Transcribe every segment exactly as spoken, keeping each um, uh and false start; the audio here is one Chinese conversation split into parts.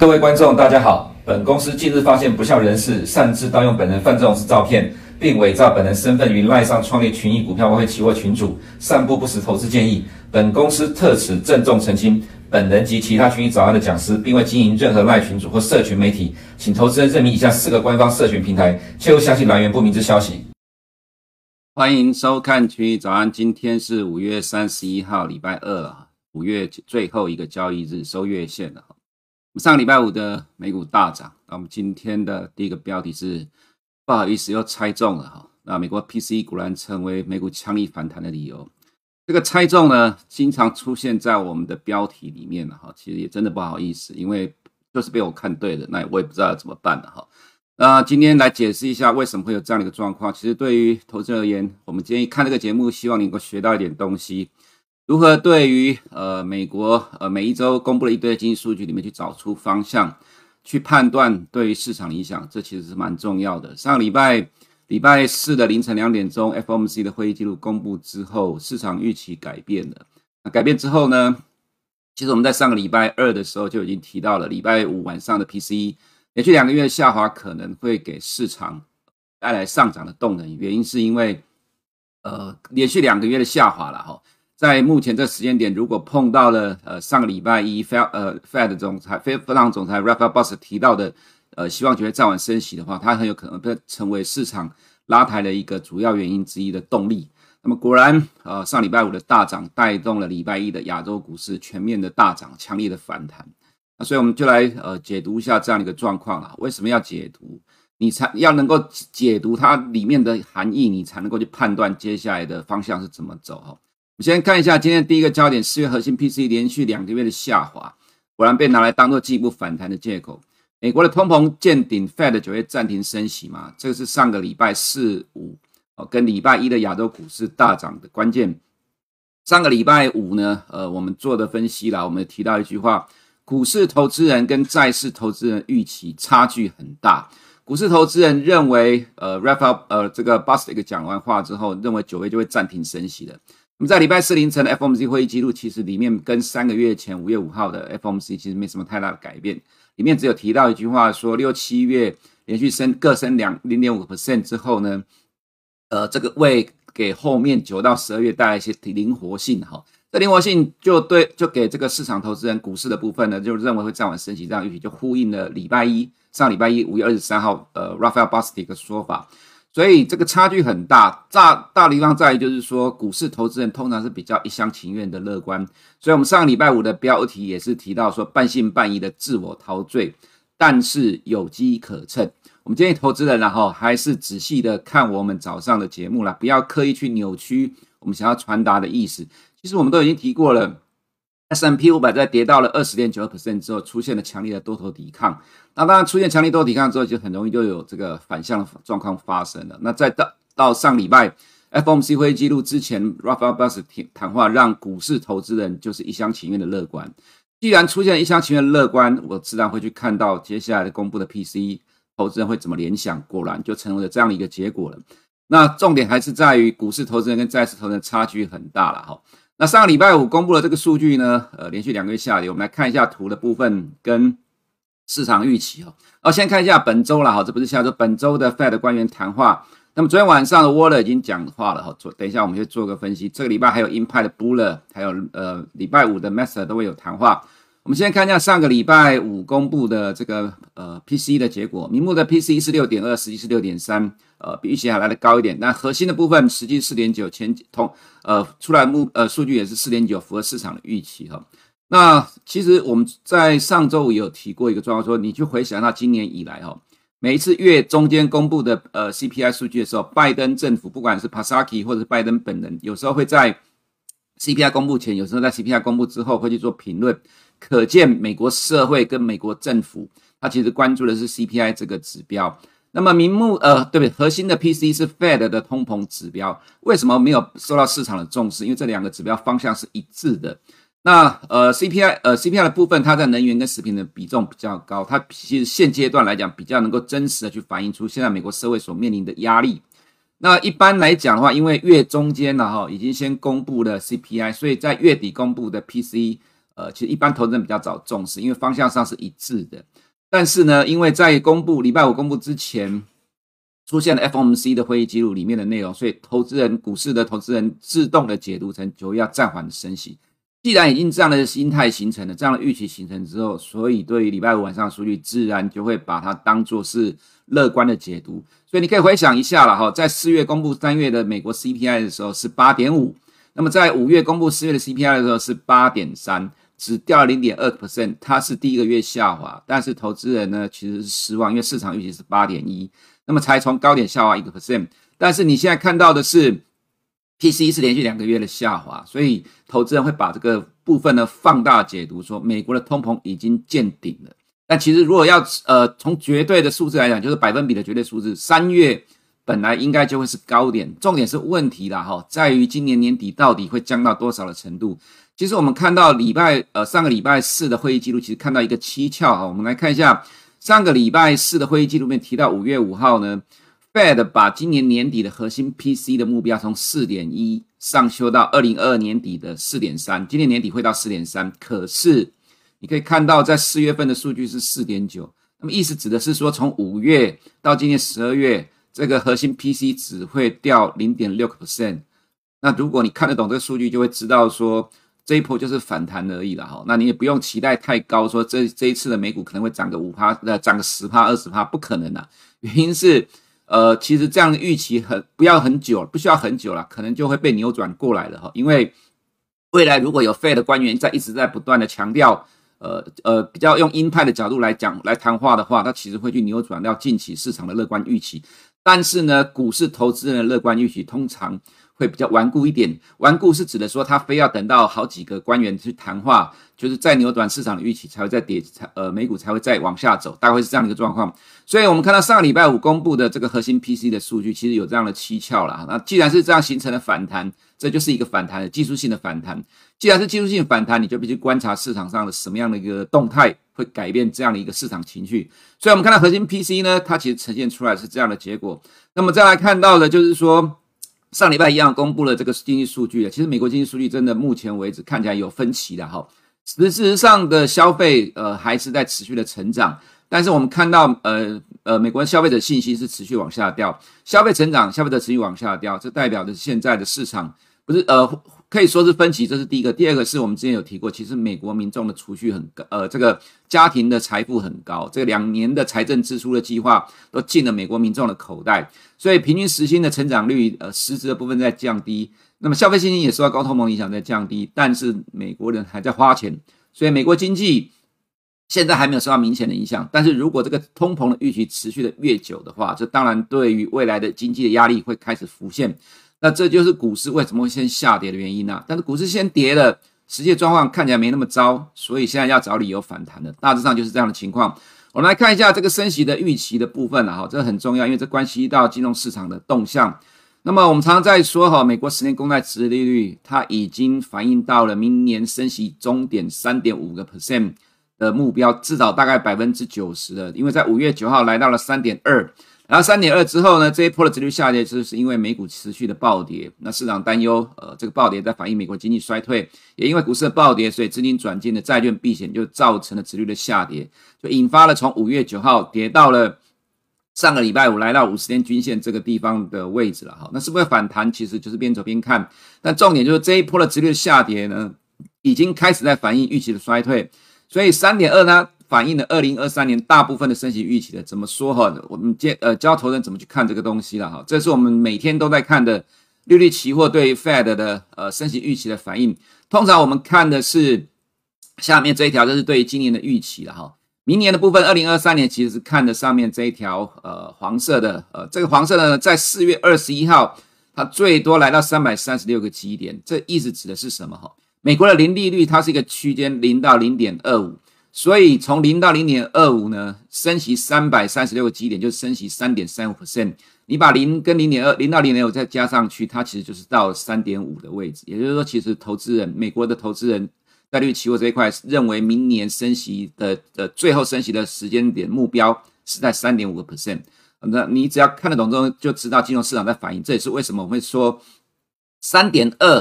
各位观众，大家好。本公司近日发现不肖人士擅自盗用本人范仲式照片，并伪造本人身份于赖上创立群益股票外汇期货群组，散布不实投资建议。本公司特此郑重澄清，本人及其他群益早安的讲师，并未经营任何赖群组或社群媒体，请投资人认明以下四个官方社群平台，切勿相信来源不明之消息。 欢迎收看群益早安，今天是五月三十一号，礼拜二了，五月最后一个交易日，收月线了。上个礼拜五的美股大涨，那我们今天的第一个标题是不好意思又猜中了哈。那美国 P C E 果然成为美股强力反弹的理由。这个猜中呢，经常出现在我们的标题里面了哈。其实也真的不好意思，因为就是被我看对了，那我也不知道怎么办了哈。那今天来解释一下为什么会有这样的一个状况。其实对于投资人而言，我们建议看这个节目，希望你能够学到一点东西。如何对于呃美国呃每一周公布了一堆经济数据里面去找出方向，去判断对于市场的影响，这其实是蛮重要的。上个礼拜礼拜四的凌晨两点钟 F O M C 的会议记录公布之后，市场预期改变了。那改变之后呢，其实我们在上个礼拜二的时候就已经提到了，礼拜五晚上的 P C E 连续两个月的下滑可能会给市场带来上涨的动能，原因是因为呃连续两个月的下滑了齁。在目前这时间点，如果碰到了呃上个礼拜一 Fed 呃 Fed 总裁非非常总裁 Raphael Bostic 提到的呃希望九月再晚升息的话，它很有可能会成为市场拉抬的一个主要原因之一的动力。那么果然呃上礼拜五的大涨带动了礼拜一的亚洲股市全面的大涨，强烈的反弹。那所以我们就来呃解读一下这样的一个状况啦。为什么要解读？你才要能够解读它里面的含义，你才能够去判断接下来的方向是怎么走齁。我们先看一下今天第一个焦点，四月核心 P C E 连续两个月的下滑，果然被拿来当作进一步反弹的借口。美国的通膨见顶 ，Fed 九月暂停升息嘛，这个是上个礼拜四五跟礼拜一的亚洲股市大涨的关键。上个礼拜五呢，呃，我们做的分析啦，我们提到一句话，股市投资人跟债市投资人预期差距很大。股市投资人认为，呃 ，Raphael 呃这个 Bostic 讲完话之后，认为九月就会暂停升息的。那么在礼拜四凌晨的 F O M C 会议记录，其实里面跟三个月前五月五号的 F O M C 其实没什么太大的改变，里面只有提到一句话说，六七月连续升各升 零点五 percent 之后呢，呃，这个为给后面九到十二月带来一些灵活性哈。这灵活性就对，就给这个市场投资人股市的部分呢，就认为会再晚升息，这样预期就呼应了礼拜一上礼拜一五月二十三号呃 Raphael Bostic 的说法。所以这个差距很大，大大的地方在于就是说，股市投资人通常是比较一厢情愿的乐观。所以我们上个礼拜五的标题也是提到说，半信半疑的自我陶醉，但是有机可乘。我们建议投资人然后还是仔细的看我们早上的节目啦，不要刻意去扭曲我们想要传达的意思。其实我们都已经提过了。S and P 五百 在跌到了 百分之二十点九 之后，出现了强烈的多头抵抗。那当然出现强烈多头抵抗之后，就很容易就有这个反向的状况发生了。那在到到上礼拜 F O M C 会议记录之前 ，Raphael Bostic 谈话让股市投资人就是一厢情愿的乐观。既然出现一厢情愿的乐观，我自然会去看到接下来的公布的 P C E， 投资人会怎么联想，果然就成为了这样的一个结果了。那重点还是在于股市投资人跟债市投资人差距很大了哈。那上个礼拜五公布了这个数据呢，呃，连续两个月下跌，我们来看一下图的部分跟市场预期哈。哦，先看一下本周啦哈，这不是下周本周的 Fed 官员谈话。那么昨天晚上的 Waller 已经讲话了哈，等一下我们就做个分析。这个礼拜还有鹰派的 Buller， 还有呃礼拜五的 Messer 都会有谈话。我们先看一下上个礼拜五公布的这个呃 P C E 的结果，名目的 P C E 是 六点二， 实际是 六点三， 呃比预期还来得高一点，但核心的部分实际 四点九， 前同呃出来目呃数据也是 四点九， 符合市场的预期哈。那其实我们在上周五也有提过一个状况，说你去回想到今年以来哈，每一次月中间公布的呃 C P I 数据的时候，拜登政府不管是 Psaki 或者是拜登本人，有时候会在 C P I 公布前，有时候在 C P I 公布之后会去做评论。可见美国社会跟美国政府，它其实关注的是 C P I 这个指标。那么名目呃，对不对？核心的 P C E 是 Fed 的通膨指标，为什么没有受到市场的重视？因为这两个指标方向是一致的。那呃 C P I 呃 C P I 的部分，它在能源跟食品的比重比较高，它其实现阶段来讲比较能够真实的去反映出现在美国社会所面临的压力。那一般来讲的话，因为月中间了哈，已经先公布了 C P I， 所以在月底公布的 P C E。 呃，其实一般投资人比较早重视，因为方向上是一致的。但是呢，因为在公布礼拜五公布之前，出现了 F O M C 的会议记录里面的内容，所以投资人股市的投资人自动的解读成九月要暂缓的升息。既然已经这样的心态形成了，这样的预期形成之后，所以对于礼拜五晚上的数据，自然就会把它当作是乐观的解读。所以你可以回想一下啦，在四月公布三月的美国 C P I 的时候是 八点五， 那么在五月公布四月的 C P I 的时候是 八点三， 只掉了 零点二 百分点， 它是第一个月下滑，但是投资人呢其实是失望，因为市场预期是 八点一， 那么才从高点下滑 百分之一， 但是你现在看到的是P C E 是连续两个月的下滑，所以投资人会把这个部分呢放大解读，说美国的通膨已经见顶了。但其实如果要呃从绝对的数字来讲，就是百分比的绝对数字，三月本来应该就会是高点，重点是问题啦齁，在于今年年底到底会降到多少的程度。其实我们看到礼拜呃上个礼拜四的会议记录，其实看到一个蹊跷齁，我们来看一下上个礼拜四的会议记录里面提到五月五号呢。Fed 把今年年底的核心 P C 的目标从 四点一 上修到二零二二年底的 四点三， 今年年底会到 四点三， 可是你可以看到在四月份的数据是 四点九， 那么意思指的是说从五月到今年十二月这个核心 P C 只会掉 零点六 百分点， 那如果你看得懂这个数据，就会知道说这一波就是反弹而已啦，那你也不用期待太高，说这这一次的美股可能会涨个 百分之五 呃涨个 百分之十 百分之二十， 不可能啊，原因是呃，其实这样的预期很不要很久，不需要很久了，可能就会被扭转过来了哈。因为未来如果有 Fed 的官员在一直在不断的强调，呃呃，比较用鹰派的角度来讲来谈话的话，它其实会去扭转掉近期市场的乐观预期。但是呢，股市投资人的乐观预期通常会比较顽固一点，顽固是指的说他非要等到好几个官员去谈话，就是再扭转市场的预期才会再跌，呃，美股才会再往下走，大概会是这样的一个状况。所以我们看到上个礼拜五公布的这个核心 P C 的数据，其实有这样的蹊跷啦。那既然是这样形成的反弹，这就是一个反弹的技术性的反弹。既然是技术性的反弹，你就必须观察市场上的什么样的一个动态会改变这样的一个市场情绪。所以我们看到核心 P C 呢，它其实呈现出来是这样的结果。那么再来看到的就是说，上礼拜一样公布了这个经济数据，其实美国经济数据真的目前为止看起来有分歧的哈。实质上的消费呃还是在持续的成长，但是我们看到呃呃美国消费者信心是持续往下掉，消费成长，消费者持续往下掉，这代表的现在的市场不是呃可以说是分歧，这是第一个。第二个是我们之前有提过，其实美国民众的储蓄很高，呃这个家庭的财富很高，这个两年的财政支出的计划都进了美国民众的口袋，所以平均时薪的成长率呃实质的部分在降低。那么消费信心也受到高通膨影响在降低，但是美国人还在花钱，所以美国经济现在还没有受到明显的影响。但是如果这个通膨的预期持续的越久的话，这当然对于未来的经济的压力会开始浮现。那这就是股市为什么会先下跌的原因啊。但是股市先跌了，实际状况看起来没那么糟，所以现在要找理由反弹了，大致上就是这样的情况。我们来看一下这个升息的预期的部分啊，这很重要，因为这关系到金融市场的动向。那么我们常常在说哈，美国十年公债殖利率它已经反映到了明年升息终点 百分之三点五 的目标，至少大概 百分之九十 了，因为在五月九号来到了 三点二， 然后 三点二 之后呢，这一波的殖利率下跌就是因为美股持续的暴跌，那市场担忧呃这个暴跌在反映美国经济衰退，也因为股市的暴跌，所以资金转进的债券避险就造成了殖利率的下跌，就引发了从五月九号跌到了上个礼拜五来到五十天均线这个地方的位置了哈，那是不是反弹？其实就是边走边看，但重点就是这一波的殖利率下跌呢，已经开始在反映预期的衰退，所以 三点二 呢反映了二零二三年大部分的升息预期的。怎么说哈？我们接呃教投资人怎么去看这个东西了哈？这是我们每天都在看的利率期货对 Fed 的呃升息预期的反应。通常我们看的是下面这一条，就是对于今年的预期了哈。明年的部分二零二三年其实是看的上面这一条呃黄色的，呃这个黄色呢在四月二十一号它最多来到三百三十六个基点，这意思指的是什么哈？美国的零利率它是一个区间零到 零点二五， 所以从零到 零点二五 呢升息三百三十六个基点就是升息 百分之三点三五， 你把零跟 零点二 零到 零点二五 再加上去，它其实就是到 三点五 的位置，也就是说其实投资人美国的投资人在利率期货这一块认为明年升息的呃最后升息的时间点目标是在 百分之三点五， 那你只要看得懂之后就知道金融市场在反应，这也是为什么我会说 三点二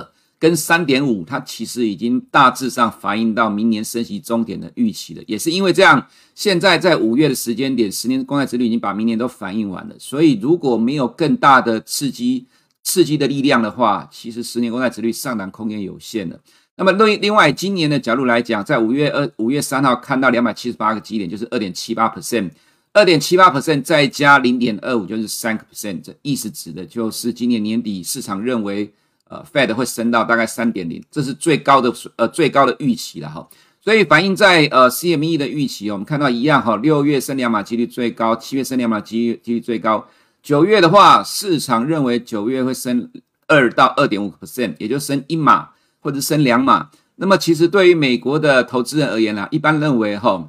跟 三点五 它其实已经大致上反映到明年升息终点的预期了，也是因为这样，现在在五月的时间点，十年公债殖利率已经把明年都反映完了，所以如果没有更大的刺激刺激的力量的话，其实十年公债殖利率上涨空间有限了。那么另外今年的角度来讲，在五月二五月三号看到两百七十八个基点，就是 百分之二点七八， 百分之二点七八 再加 百分之零点二五 就是 百分之三， 这意思指的就是今年年底市场认为呃 Fed 会升到大概 三点零， 这是最高的呃最高的预期了哈。所以反映在呃 C M E 的预期哦，我们看到一样哈，六月升两码几率最高，七月升两码几率几率最高，九月的话，市场认为九月会升二到 二点五 也就升一码或者升两码。那么其实对于美国的投资人而言啦，一般认为哈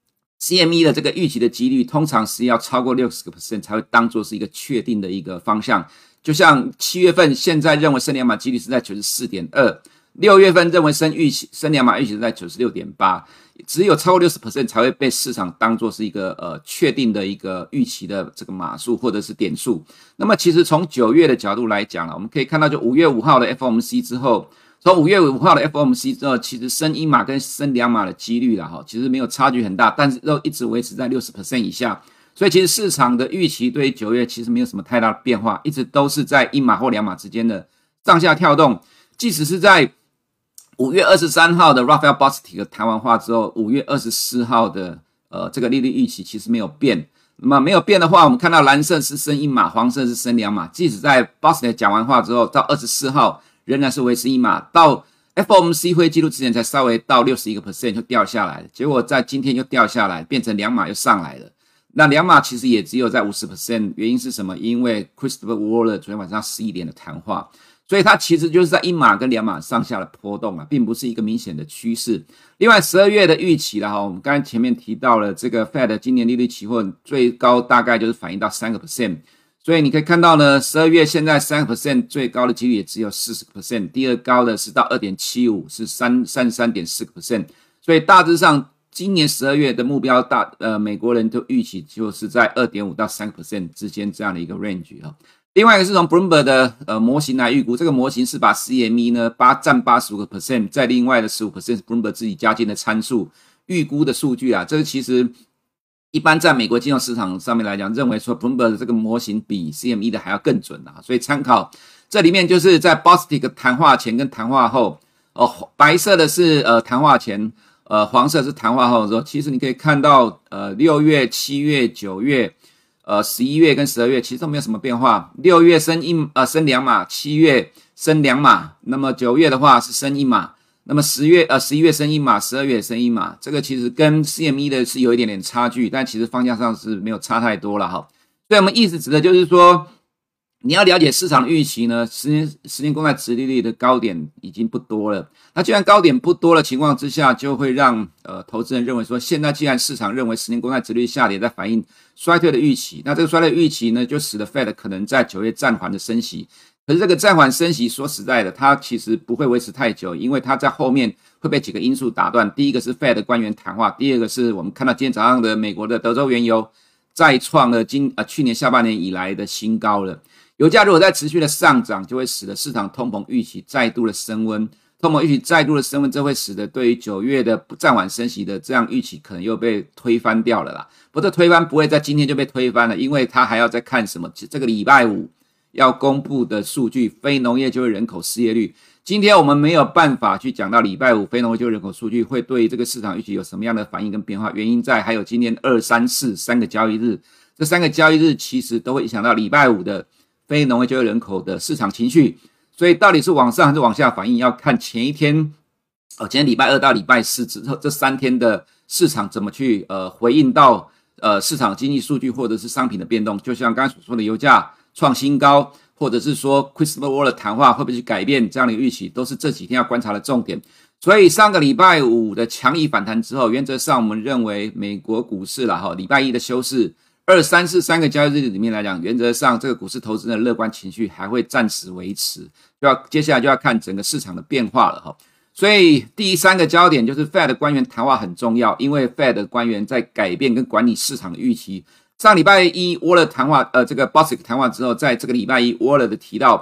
C M E 的这个预期的几率通常是要超过 百分之六十 才会当作是一个确定的一个方向。就像七月份现在认为升两码几率是在 九十四点二， 六月份认为升预期升两码预期是在 九十六点八， 只有超过 百分之六十 才会被市场当作是一个呃确定的一个预期的这个码数或者是点数。那么其实从九月的角度来讲我们可以看到就五月五号的 F O M C 之后，从五月五号的 F O M C 之后，其实升一码跟升两码的几率啦，其实没有差距很大，但是都一直维持在 百分之六十 以下。所以其实市场的预期对于九月其实没有什么太大的变化，一直都是在一码或两码之间的上下跳动。即使是在五月二十三号的 Raphael Bostic 谈完话之后，五月二十四号的呃这个利率预期其实没有变。那么没有变的话，我们看到蓝色是升一码，黄色是升两码。即使在 Bostic 讲完话之后，到二十四号仍然是维持一码，到 F O M C 会议记录之前才稍微到 百分之六十一 就掉下来了，结果在今天又掉下来，变成两码又上来了。那两码其实也只有在 百分之五十， 原因是什么？因为 Christopher Waller 昨天晚上十一点的谈话，所以它其实就是在一码跟两码上下的波动啊，并不是一个明显的趋势。另外十二月的预期啦，我们刚才前面提到了这个 Fed 今年利率期货最高大概就是反映到 百分之三， 所以你可以看到呢，十二月现在 百分之三 最高的几率也只有 百分之四十， 第二高的是到 二点七五， 是 三十三点四， 所以大致上今年十二月的目标大呃美国人都预期就是在 二点五 到 百分之三 之间这样的一个 range 哈。另外一个是从 Bloomberg 的呃模型来预估，这个模型是把 C M E 呢八占 百分之八十五， 在另外的 百分之十五 是 Bloomberg 自己加进的参数预估的数据啊。这个其实一般在美国金融市场上面来讲，认为说 Bloomberg 的这个模型比 C M E 的还要更准啊，所以参考这里面就是在 Bostic 谈话前跟谈话后，哦白色的是呃谈话前。呃，黄色是谈话后的时候，其实你可以看到，呃，六月、七月、九月、呃，十一月跟十二月其实都没有什么变化。六月升一呃升两码，七月升两码，那么九月的话是升一码，那么十月呃十一月升一码，十二月升一码，这个其实跟 C M E 的是有一点点差距，但其实方向上是没有差太多了哈。所以我们意思指的就是说，你要了解市场的预期呢，十年十年公债殖利率的高点已经不多了。那既然高点不多的情况之下，就会让呃投资人认为说，现在既然市场认为十年公债殖利率下跌，在反映衰退的预期，那这个衰退预期呢，就使得 Fed 可能在九月暂缓的升息。可是这个暂缓升息，说实在的，它其实不会维持太久，因为它在后面会被几个因素打断。第一个是 Fed 官员谈话，第二个是我们看到今天早上的美国的德州原油再创了今呃去年下半年以来的新高了。油价如果再持续的上涨，就会使得市场通膨预期再度的升温。通膨预期再度的升温，这会使得对于九月的暂缓升息的这样预期可能又被推翻掉了啦。不过推翻不会在今天就被推翻了，因为他还要再看什么？这个礼拜五要公布的数据，非农业就业人口失业率。今天我们没有办法去讲到礼拜五非农业就业人口数据会对这个市场预期有什么样的反应跟变化，原因在还有今天二、三、四三个交易日，这三个交易日其实都会影响到礼拜五的非农业就业人口的市场情绪。所以到底是往上还是往下反应，要看前一天哦，今天礼拜二到礼拜四之后这三天的市场怎么去呃回应到呃市场经济数据或者是商品的变动。就像刚才所说的油价创新高，或者是说 Christopher Waller 谈话会不会去改变这样的预期，都是这几天要观察的重点。所以上个礼拜五的强力反弹之后，原则上我们认为美国股市啦齁，礼拜一的休市二、三、四三个交易日里面来讲，原则上这个股市投资人的乐观情绪还会暂时维持，就要接下来就要看整个市场的变化了齁。所以第三个焦点就是 Fed 官员谈话很重要，因为 Fed 官员在改变跟管理市场的预期。上礼拜一 Waller 谈话，呃，这个 Bostic 谈话之后，在这个礼拜一 Waller 的提到，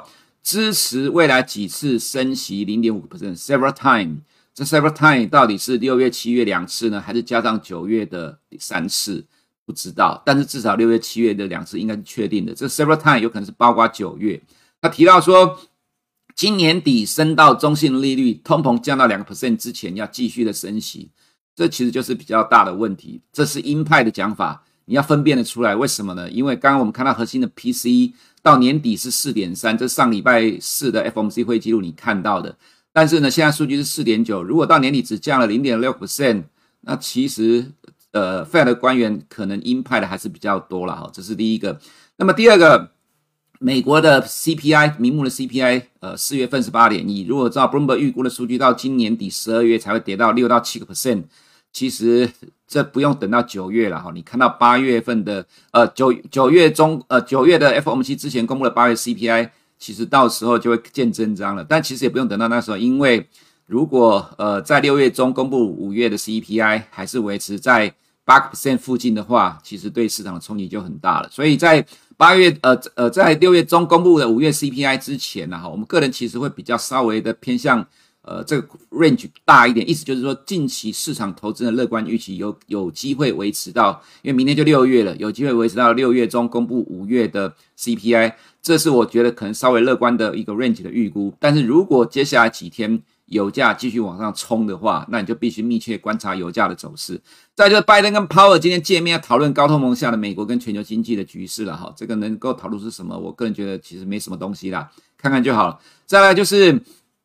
支持未来几次升息 百分之零点五 several time。这 several time 到底是六月、七月两次呢，还是加上九月的三次？不知道，但是至少六月、七月的两次应该是确定的。这 several time 有可能是包括九月。他提到说，今年底升到中性利率，通膨降到 百分之二 之前要继续的升息，这其实就是比较大的问题。这是鹰派的讲法，你要分辨得出来。为什么呢？因为刚刚我们看到核心的 P C E 到年底是 四点三， 这上礼拜四的 F O M C 会议记录你看到的。但是呢，现在数据是 四点九， 如果到年底只降了 零点六 百分点， 那其实呃 Fed 的官员可能鹰派的还是比较多啦，这是第一个。那么第二个，美国的 C P I 名目的 C P I 呃四月份是 八点一， 如果照 Bloomberg 预估的数据到今年底十二月才会跌到六到七个百分点， 其实这不用等到九月了哈，你看到八月份的呃九九月中呃九月的 F O M C 之前公布的八月 C P I， 其实到时候就会见真章了。但其实也不用等到那时候，因为如果呃在六月中公布五月的 C P I 还是维持在 百分之八 附近的话，其实对市场的冲击就很大了。所以在八月呃呃在六月中公布的五月 C P I 之前呢，我们个人其实会比较稍微的偏向呃这个 range 大一点，意思就是说近期市场投资的乐观预期有有机会维持到，因为明天就六月了，有机会维持到六月中公布五月的 C P I， 这是我觉得可能稍微乐观的一个 range 的预估。但是如果接下来几天油价继续往上冲的话，那你就必须密切观察油价的走势。再就是拜登跟 Powell 今天见面要讨论高通膨下的美国跟全球经济的局势了哈，这个能够讨论是什么？我个人觉得其实没什么东西啦，看看就好了。再来就是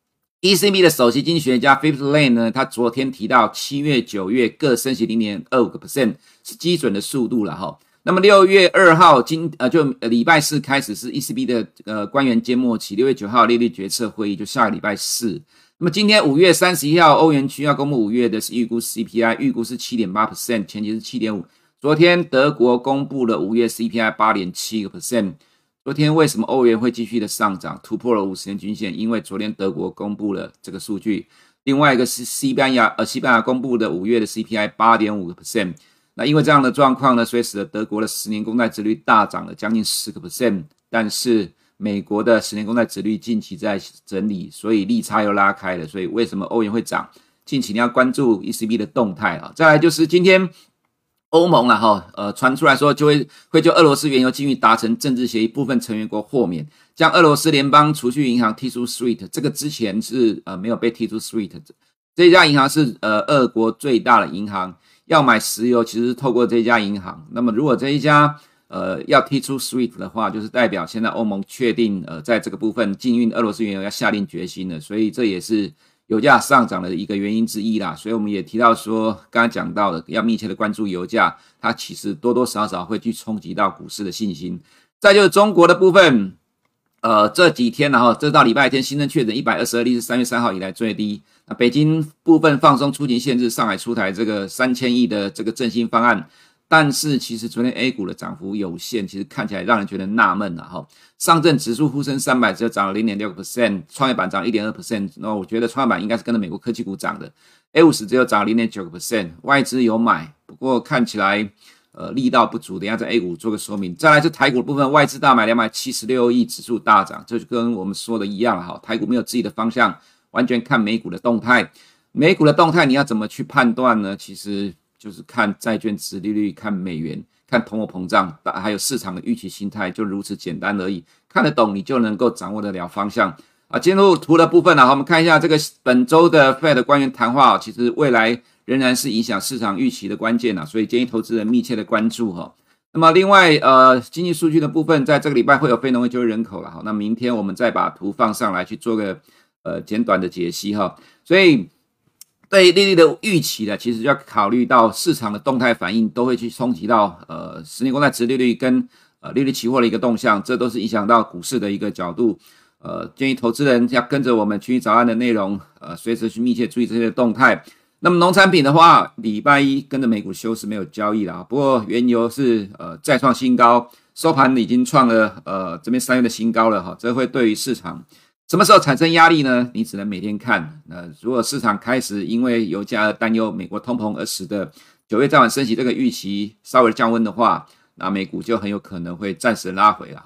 E C B 的首席经济学家 Philip Lane 呢，他昨天提到七月、九月各升息 零点二五 个百分点 是基准的速度了哈。那么六月二号今呃就礼拜四开始是 E C B 的呃官员缄默期，六月九号利率决策会议就下个礼拜四。那么今天五月三十一号欧元区要公布五月的预估 C P I， 预估是 七点八 百分点， 前期是 七点五。 昨天德国公布了五月 C P I 八点七 个百分点。昨天为什么欧元会继续的上涨，突破了五十年均线？因为昨天德国公布了这个数据。另外一个是西班牙呃西班牙公布的五月的 C P I 八点五 个百分点。那因为这样的状况呢，所以使得德国的十年公债殖率大涨了将近十个百分点，但是美国的十年公债殖率近期在整理，所以利差又拉开了。所以为什么欧元会涨？近期你要关注 E C B 的动态啊。再来就是今天欧盟啊齁呃传出来说就会会就俄罗斯原油禁运达成政治协议，部分成员国豁免，将俄罗斯联邦储蓄银行踢出 S W I F T。 这个之前是呃没有被踢出 S W I F T， 这家银行是呃俄国最大的银行，要买石油其实是透过这家银行。那么如果这一家呃要踢出 S W I F T 的话，就是代表现在欧盟确定呃在这个部分禁运俄罗斯原油要下定决心了，所以这也是油价上涨的一个原因之一啦。所以我们也提到说，刚才讲到的要密切的关注油价，它其实多多少少会去冲击到股市的信心。再就是中国的部分，呃这几天然后这到礼拜天新增确诊一百二十二例，是三月三号以来最低。那北京部分放松出境限制，上海出台这个三千亿的这个振兴方案。但是其实昨天 A 股的涨幅有限，其实看起来让人觉得纳闷了哈。上证指数沪深三百只有涨了 零点六 个百分点， 创业板涨 一点二 百分点， 那我觉得创业板应该是跟着美国科技股涨的。 A 五十 只有涨 零点九 个百分点， 外资有买，不过看起来呃力道不足，等一下在 A 股做个说明。再来是台股的部分，外资大买两百七十六亿，指数大涨，这就跟我们说的一样哈，台股没有自己的方向，完全看美股的动态。美股的动态你要怎么去判断呢？其实就是看债券殖利率，看美元，看通货膨胀，还有市场的预期心态，就如此简单而已。看得懂你就能够掌握得了方向啊。进入图的部分啊，我们看一下这个本周的 Fed 官员谈话，其实未来仍然是影响市场预期的关键啊，所以建议投资人密切的关注哈。那么另外呃经济数据的部分，在这个礼拜会有非农业就业人口了哈，那明天我们再把图放上来去做个呃简短的解析哈。所以对利率的预期呢，其实就要考虑到市场的动态反应，都会去冲击到呃十年公债殖利率跟呃利率期货的一个动向，这都是影响到股市的一个角度。呃，建议投资人要跟着我们群益早安的内容，呃，随时去密切注意这些动态。那么农产品的话，礼拜一跟着美股休市没有交易啦，不过原油是呃再创新高，收盘已经创了呃这边三月的新高了哈，这会对于市场什么时候产生压力呢？你只能每天看。那如果市场开始因为油价而担忧美国通膨而使得九月再晚升息这个预期稍微降温的话，那美股就很有可能会暂时拉回了哈。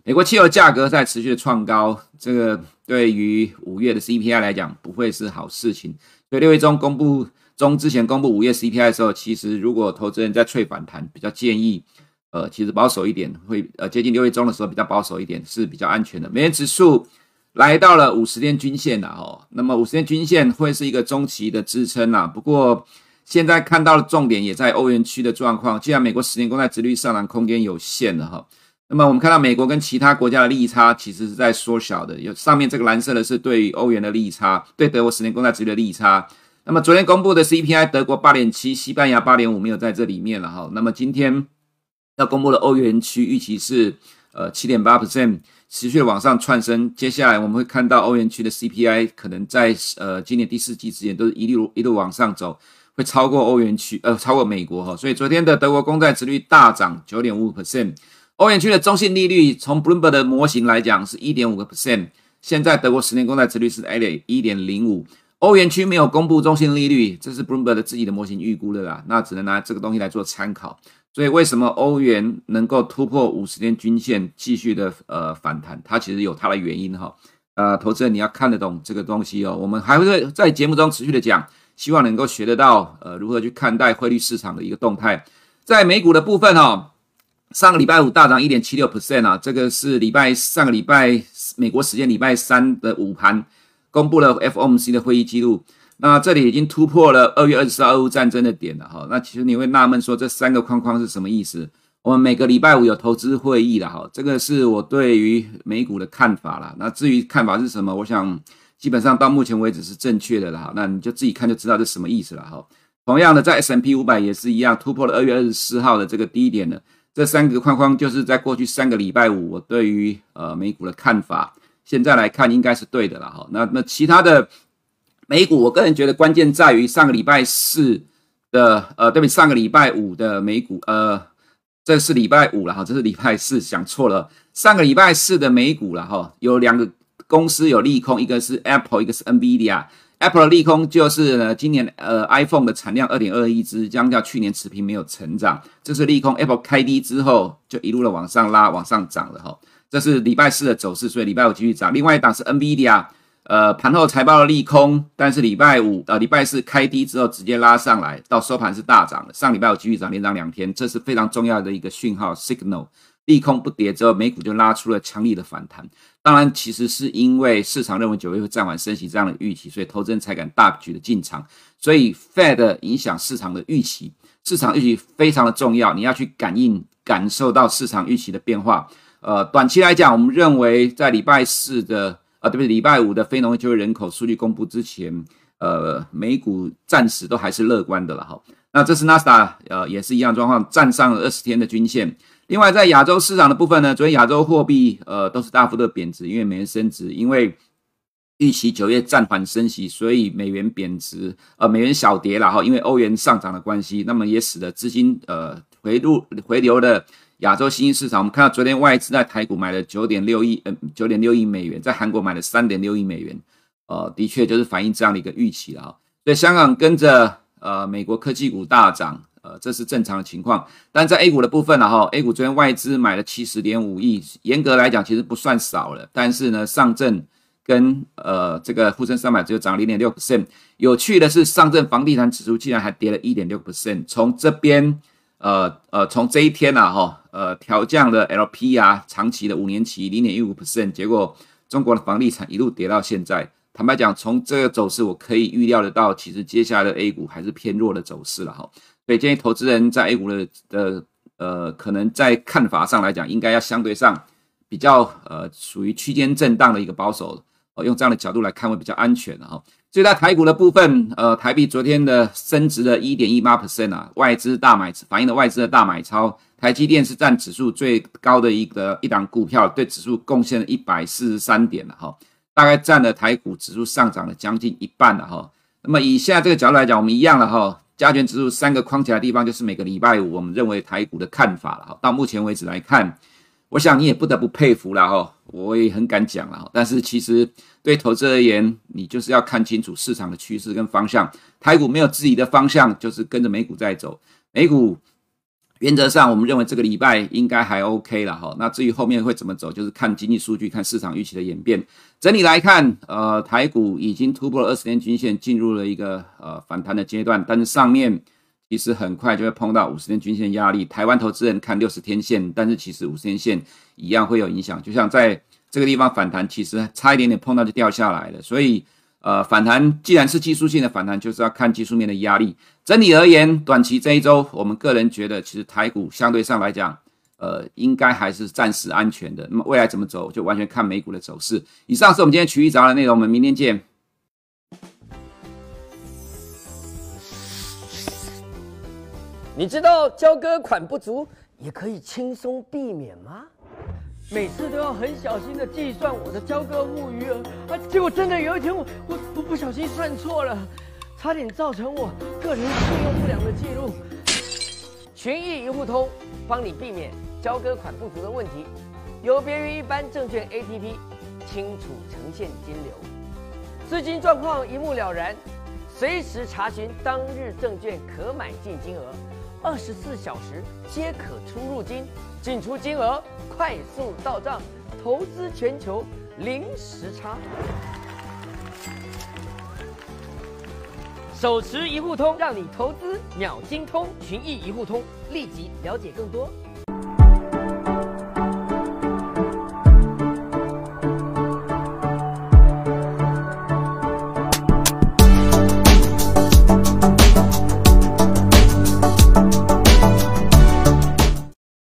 美国汽油价格在持续的创高，这个对于五月的 C P I 来讲不会是好事情。所以六月中公布中之前公布五月 C P I 的时候，其实如果投资人在脆反弹，比较建议呃其实保守一点，会呃接近六月中的时候比较保守一点是比较安全的。美元指数来到了五十天均线了哦，那么五十天均线会是一个中期的支撑啦。不过现在看到的重点也在欧元区的状况，既然美国十年公债殖利率上涨空间有限了哈，那么我们看到美国跟其他国家的利差其实是在缩小的，有上面这个蓝色的是对于欧元的利差，对德国十年公债殖利率的利差。那么昨天公布的 C P I， 德国 八点七， 西班牙 八点五 没有在这里面了哈。那么今天要公布的欧元区预期是呃 百分之七点八， 持续的往上窜升，接下来我们会看到欧元区的 C P I 可能在呃今年第四季之前都是一路一路往上走，会超过欧元区呃超过美国哈，所以昨天的德国公债殖利率大涨 百分之九点五五， 欧元区的中性利率从 Bloomberg 的模型来讲是 百分之一点五， 现在德国十年公债殖利率是 百分之一点零五， 欧元区没有公布中性利率，这是 Bloomberg 的自己的模型预估的啦，那只能拿这个东西来做参考。所以为什么欧元能够突破五十天均线继续的呃反弹，它其实有它的原因哈。呃，投资人你要看得懂这个东西哦。我们还会在节目中持续的讲，希望能够学得到呃如何去看待汇率市场的一个动态。在美股的部分哦，上个礼拜五大涨 百分之一点七六 啊，这个是礼拜上个礼拜美国时间礼拜三的午盘公布了 F O M C 的会议记录。那这里已经突破了二月二十四号俄乌战争的点了哈。那其实你会纳闷说这三个框框是什么意思？我们每个礼拜五有投资会议了哈，这个是我对于美股的看法啦。那至于看法是什么，我想基本上到目前为止是正确的啦。那你就自己看就知道这是什么意思了哈。同样的，在 S and P 五百 也是一样，突破了二月二十四号的这个低点了。这三个框框就是在过去三个礼拜五我对于呃美股的看法，现在来看应该是对的啦哈。那那其他的。美股，我个人觉得关键在于上个礼拜四的，呃，对不起，上个礼拜五的美股，呃，这是礼拜五了哈，这是礼拜四，想错了。上个礼拜四的美股了哈，有两个公司有利空，一个是 Apple， 一个是 Nvidia。Apple 的利空就是呢，今年呃 iPhone 的产量 二点二亿只，相较去年持平没有成长，这是利空。Apple 开低之后就一路的往上拉，往上涨了哈，这是礼拜四的走势，所以礼拜五继续涨。另外一档是 Nvidia。呃，盘后财报的利空，但是礼拜五、呃礼拜四开低之后直接拉上来，到收盘是大涨的。上礼拜五继续涨，连涨两天，这是非常重要的一个讯号 signal。利空不跌之后，美股就拉出了强力的反弹。当然，其实是因为市场认为九月会暂缓升息这样的预期，所以投资人才敢大举的进场。所以 Fed 影响市场的预期，市场预期非常的重要，你要去感应、感受到市场预期的变化。呃，短期来讲，我们认为在礼拜四的。啊，对不对？礼拜五的非农业就业人口数据公布之前，呃，美股暂时都还是乐观的了哈。那这是 Nasdaq， 呃，也是一样状况，站上了二十天的均线。另外，在亚洲市场的部分呢，昨天亚洲货币呃都是大幅的贬值，因为美元升值，因为预期九月暂缓升息，所以美元贬值，呃，美元小跌了哈，因为欧元上涨的关系，那么也使得资金呃回入回流的。亚洲新兴市场，我们看到昨天外资在台股买了 九点六亿，呃 ,九点六亿美元，在韩国买了 三点六亿美元，呃，的确就是反映这样的一个预期了哈。所以香港跟着呃美国科技股大涨，呃，这是正常的情况。但在 A 股的部分呢哈 ，A 股昨天外资买了 七十点五亿，严格来讲其实不算少了，但是呢，上证跟呃这个沪深三百只有涨 百分之零点六。有趣的是，上证房地产指数竟然还跌了 百分之一点六， 从这边。呃呃，从这一天啊，哈，呃，调降了 L P 啊，长期的五年期 百分之零点一五， 结果中国的房地产一路跌到现在。坦白讲，从这个走势，我可以预料得到，其实接下来的 A 股还是偏弱的走势了哈。所以建议投资人在 A 股的的呃，可能在看法上来讲，应该要相对上比较呃，属于区间震荡的一个保守，呃，用这样的角度来看会比较安全哈。所以在台股的部分，呃，台币昨天的升值了 百分之一点一八 啊，外资大买，反映了外资的大买超。台积电是占指数最高的一个一档股票，对指数贡献了一百四十三点了哈，大概占了台股指数上涨了将近一半了哈。那么以现在这个角度来讲，我们一样了哈，加权指数三个框起来的地方就是每个礼拜五我们认为台股的看法了哈。到目前为止来看，我想你也不得不佩服了哈，我也很敢讲了，但是其实对投资而言，你就是要看清楚市场的趋势跟方向。台股没有自己的方向，就是跟着美股在走。美股原则上我们认为这个礼拜应该还 OK 啦齁。那至于后面会怎么走，就是看经济数据，看市场预期的演变。整体来看，呃，台股已经突破了二十天均线，进入了一个呃反弹的阶段，但是上面其实很快就会碰到五十天均线压力。台湾投资人看六十天线，但是其实五十天线一样会有影响，就像在这个地方反弹，其实差一点点碰到就掉下来了。所以呃，反弹既然是技术性的反弹，就是要看技术面的压力。整体而言，短期这一周，我们个人觉得，其实台股相对上来讲，呃，应该还是暂时安全的。那么未来怎么走，就完全看美股的走势。以上是我们今天曲艺早安的内容，我们明天见。 你知道交割款不足也可以轻松避免吗？每次都要很小心的计算我的交割户余额，啊，结果真的有一天我我我不小心算错了，差点造成我个人信用不良的记录。群益一户通帮你避免交割款不足的问题，有别于一般证券 A P P， 清楚呈现金流，资金状况一目了然，随时查询当日证券可买进金额，二十四小时皆可出入金，进出金额快速到账，投资全球零时差。手持一户通，让你投资秒精通。群益一户通，立即了解更多。